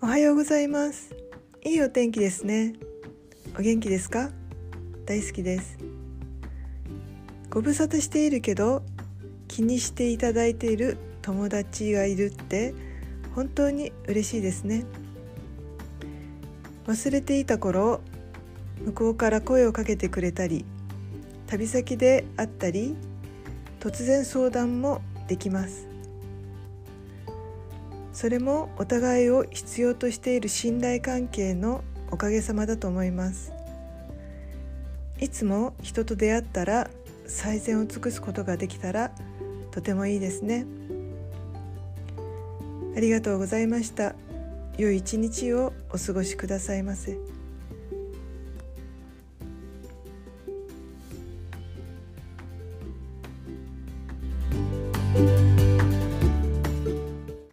おはようございます。いいお天気ですね。お元気ですか？大好きです。ご無沙汰しているけど気にしていただいている友達がいるって本当に嬉しいですね。忘れていた頃、向こうから声をかけてくれたり、旅先で会ったり、突然相談もできます。それもお互いを必要としている信頼関係のおかげさまだと思います。いつも人と出会ったら最善を尽くすことができたらとてもいいですね。ありがとうございました。良い一日をお過ごしくださいませ。